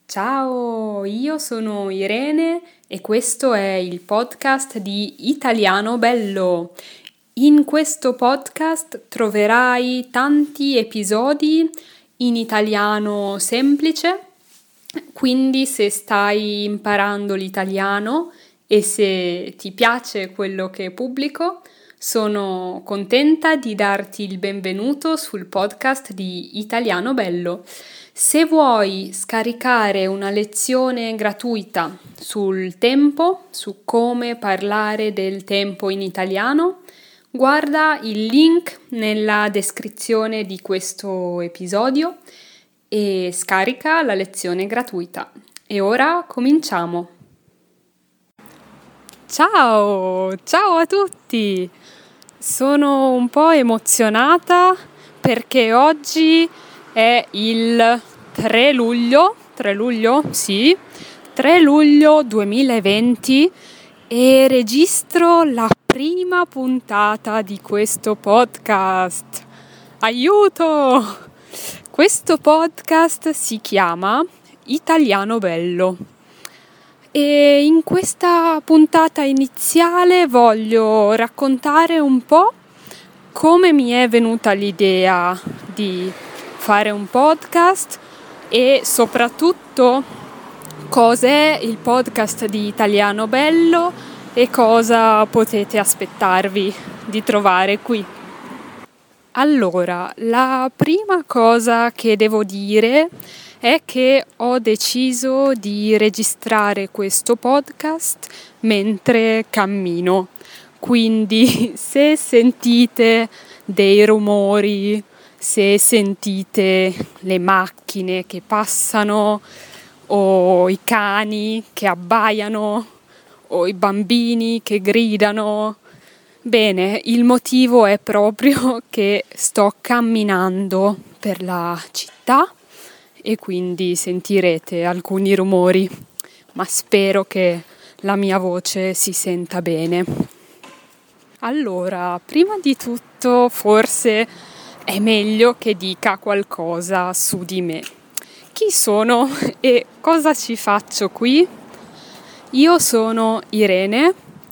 Ciao, io sono Irene e questo è il podcast di Italiano Bello. In questo podcast troverai tanti episodi in italiano semplice, quindi se stai imparando l'italiano e se ti piace quello che pubblico, sono contenta di darti il benvenuto sul podcast di Italiano Bello. Se vuoi scaricare una lezione gratuita sul tempo, su come parlare del tempo in italiano, guarda il link nella descrizione di questo episodio e scarica la lezione gratuita. E ora cominciamo! Ciao a tutti! Sono un po' emozionata perché oggi è il 3 luglio, sì, 3 luglio 2020 e registro la prima puntata di questo podcast. Aiuto! Questo podcast si chiama Italiano Bello e in questa puntata iniziale voglio raccontare un po' come mi è venuta l'idea di fare un podcast e soprattutto cos'è il podcast di Italiano Bello e cosa potete aspettarvi di trovare qui. Allora, la prima cosa che devo dire è che ho deciso di registrare questo podcast mentre cammino. Quindi se sentite dei rumori, se sentite le macchine che passano o i cani che abbaiano o i bambini che gridano, bene, il motivo è proprio che sto camminando per la città e quindi sentirete alcuni rumori, ma spero che la mia voce si senta bene. Allora, prima di tutto forse è meglio che dica qualcosa su di me. Chi sono e cosa ci faccio qui? Io sono Irene,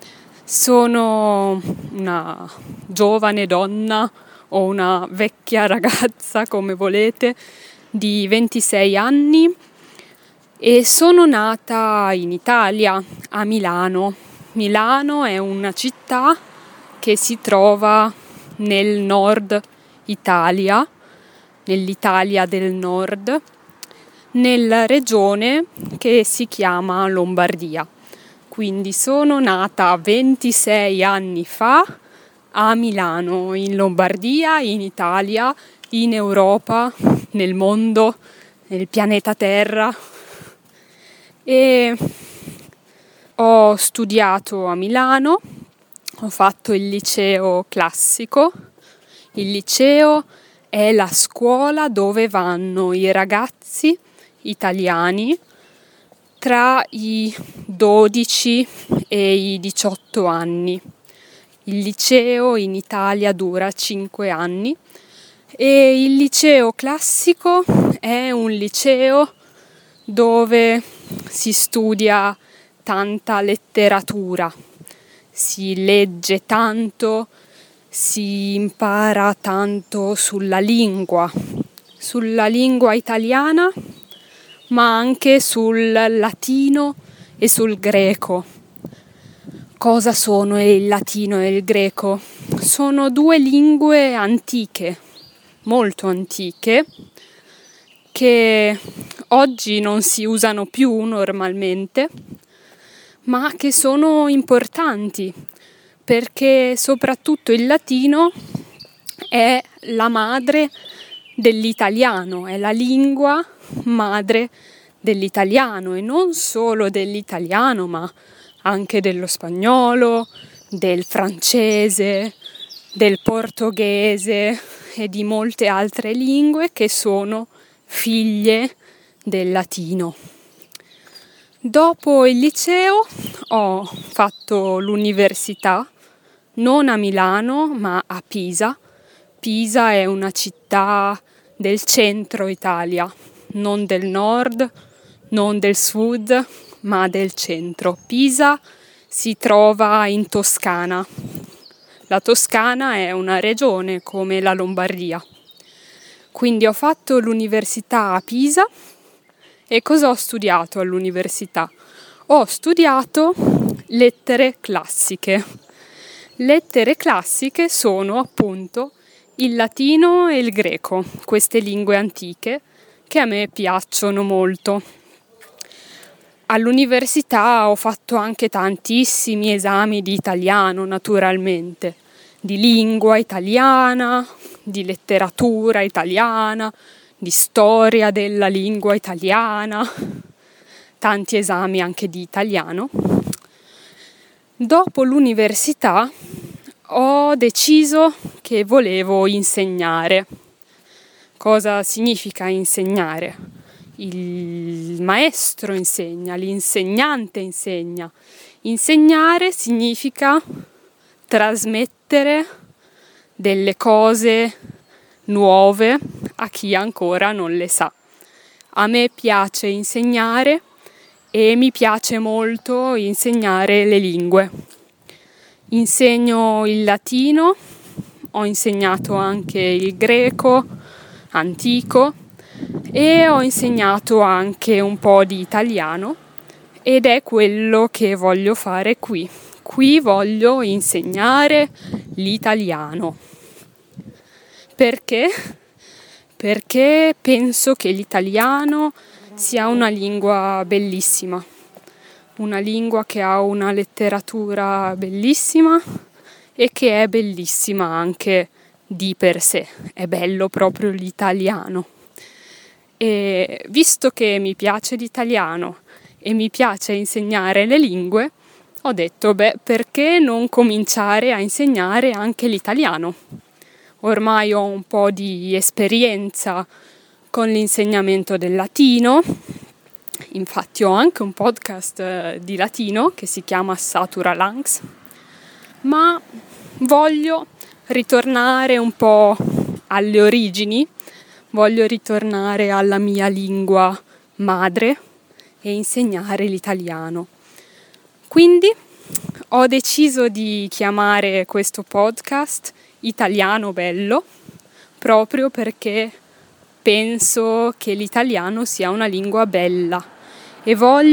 sono una giovane donna o una vecchia ragazza, come volete, di 26 anni e sono nata in Italia, a Milano. Milano è una città che si trova nel nord Italia, nell'Italia del nord, nella regione che si chiama Lombardia. Quindi sono nata 26 anni fa a Milano, in Lombardia, in Italia, in Europa, nel mondo, nel pianeta Terra. E ho studiato a Milano, ho fatto il liceo classico. Il liceo è la scuola dove vanno i ragazzi italiani tra i 12 e i 18 anni. Il liceo in Italia dura 5 anni e il liceo classico è un liceo dove si studia tanta letteratura, si legge tanto, si impara tanto sulla lingua italiana, ma anche sul latino e sul greco. Cosa sono il latino e il greco? Sono due lingue antiche, molto antiche, che oggi non si usano più normalmente, ma che sono importanti perché soprattutto il latino è la madre dell'italiano, è la lingua madre dell'italiano e non solo dell'italiano, ma anche dello spagnolo, del francese, del portoghese e di molte altre lingue che sono figlie del latino. Dopo il liceo ho fatto l'università, non a Milano ma a Pisa. Pisa è una città del centro Italia, non del nord, non del sud, ma del centro. Pisa si trova in Toscana. La Toscana è una regione come la Lombardia. Quindi ho fatto l'università a Pisa. E cosa ho studiato all'università? Ho studiato lettere classiche. Lettere classiche sono appunto il latino e il greco, queste lingue antiche che a me piacciono molto. All'università ho fatto anche tantissimi esami di italiano, naturalmente, di lingua italiana, di letteratura italiana, di storia della lingua italiana, tanti esami anche di italiano. Dopo l'università ho deciso che volevo insegnare. Cosa significa insegnare? Il maestro insegna, l'insegnante insegna. Insegnare significa trasmettere delle cose nuove a chi ancora non le sa. A me piace insegnare e mi piace molto insegnare le lingue. Insegno il latino, ho insegnato anche il greco antico e ho insegnato anche un po' di italiano ed è quello che voglio fare qui. Qui voglio insegnare l'italiano. Perché? Perché penso che l'italiano sia una lingua bellissima, una lingua che ha una letteratura bellissima e che è bellissima anche di per sé, è bello proprio l'italiano. E visto che mi piace l'italiano e mi piace insegnare le lingue, ho detto, perché non cominciare a insegnare anche l'italiano? Ormai ho un po' di esperienza con l'insegnamento del latino, infatti ho anche un podcast di latino che si chiama Satura Langs, ma voglio ritornare un po' alle origini, voglio ritornare alla mia lingua madre e insegnare l'italiano. Quindi ho deciso di chiamare questo podcast Italiano Bello, proprio perché penso che l'italiano sia una lingua bella e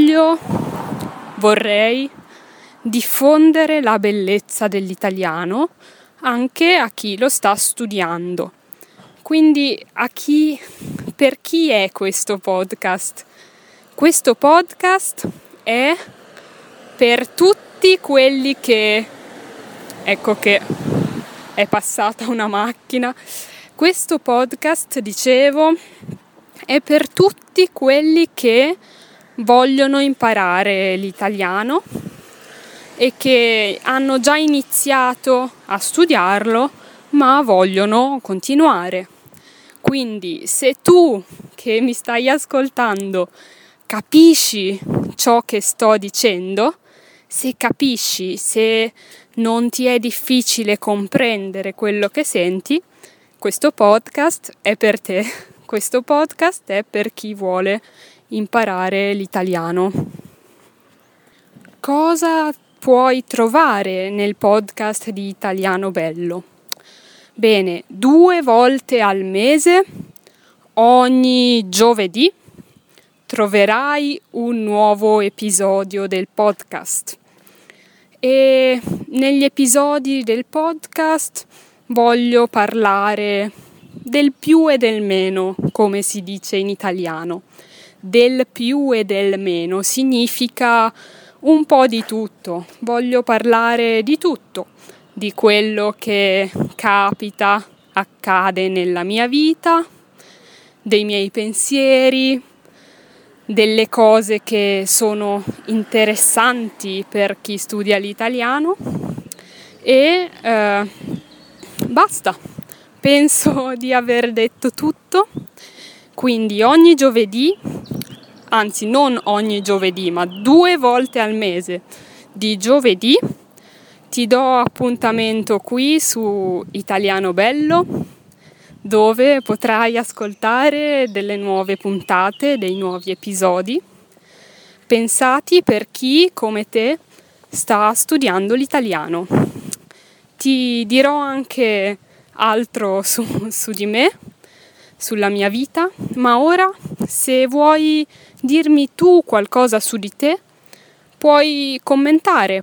vorrei diffondere la bellezza dell'italiano anche a chi lo sta studiando. Quindi per chi è questo podcast? Questo podcast è per tutti quelli che, ecco che è passata una macchina. Questo podcast, dicevo, è per tutti quelli che vogliono imparare l'italiano e che hanno già iniziato a studiarlo, ma vogliono continuare. Quindi, se tu che mi stai ascoltando capisci ciò che sto dicendo, se capisci, se non ti è difficile comprendere quello che senti, questo podcast è per te. Questo podcast è per chi vuole imparare l'italiano. Cosa puoi trovare nel podcast di Italiano Bello? Bene, 2 volte al mese, ogni giovedì, troverai un nuovo episodio del podcast. E negli episodi del podcast voglio parlare del più e del meno, come si dice in italiano. Del più e del meno significa un po' di tutto. Voglio parlare di tutto, di quello che capita, accade nella mia vita, dei miei pensieri, delle cose che sono interessanti per chi studia l'italiano e basta. Penso di aver detto tutto. Quindi ogni giovedì, anzi non ogni giovedì, ma 2 volte al mese di giovedì ti do appuntamento qui su Italiano Bello, dove potrai ascoltare delle nuove puntate, dei nuovi episodi pensati per chi, come te, sta studiando l'italiano. Ti dirò anche altro su di me, sulla mia vita, ma ora, se vuoi dirmi tu qualcosa su di te, puoi commentare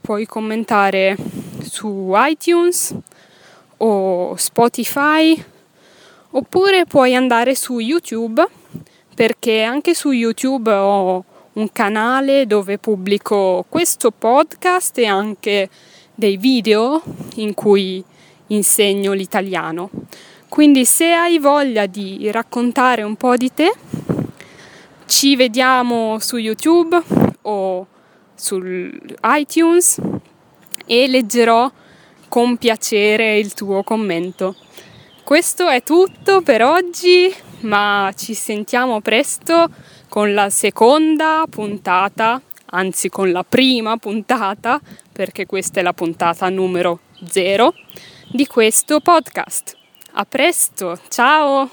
su iTunes o Spotify, oppure puoi andare su YouTube, perché anche su YouTube ho un canale dove pubblico questo podcast e anche dei video in cui insegno l'italiano. Quindi se hai voglia di raccontare un po' di te, ci vediamo su YouTube o su iTunes e leggerò con piacere il tuo commento. Questo è tutto per oggi, ma ci sentiamo presto con la seconda puntata, anzi con la prima puntata, perché questa è la puntata numero 0 di questo podcast. A presto, ciao!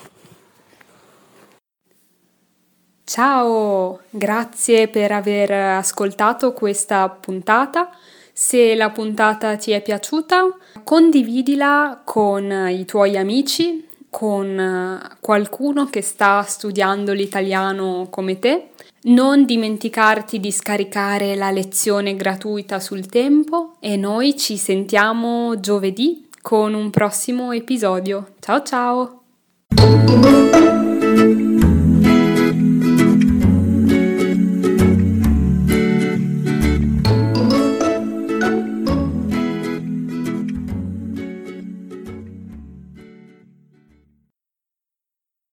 Ciao, grazie per aver ascoltato questa puntata. Se la puntata ti è piaciuta, condividila con i tuoi amici, con qualcuno che sta studiando l'italiano come te. Non dimenticarti di scaricare la lezione gratuita sul tempo e noi ci sentiamo giovedì con un prossimo episodio. Ciao ciao!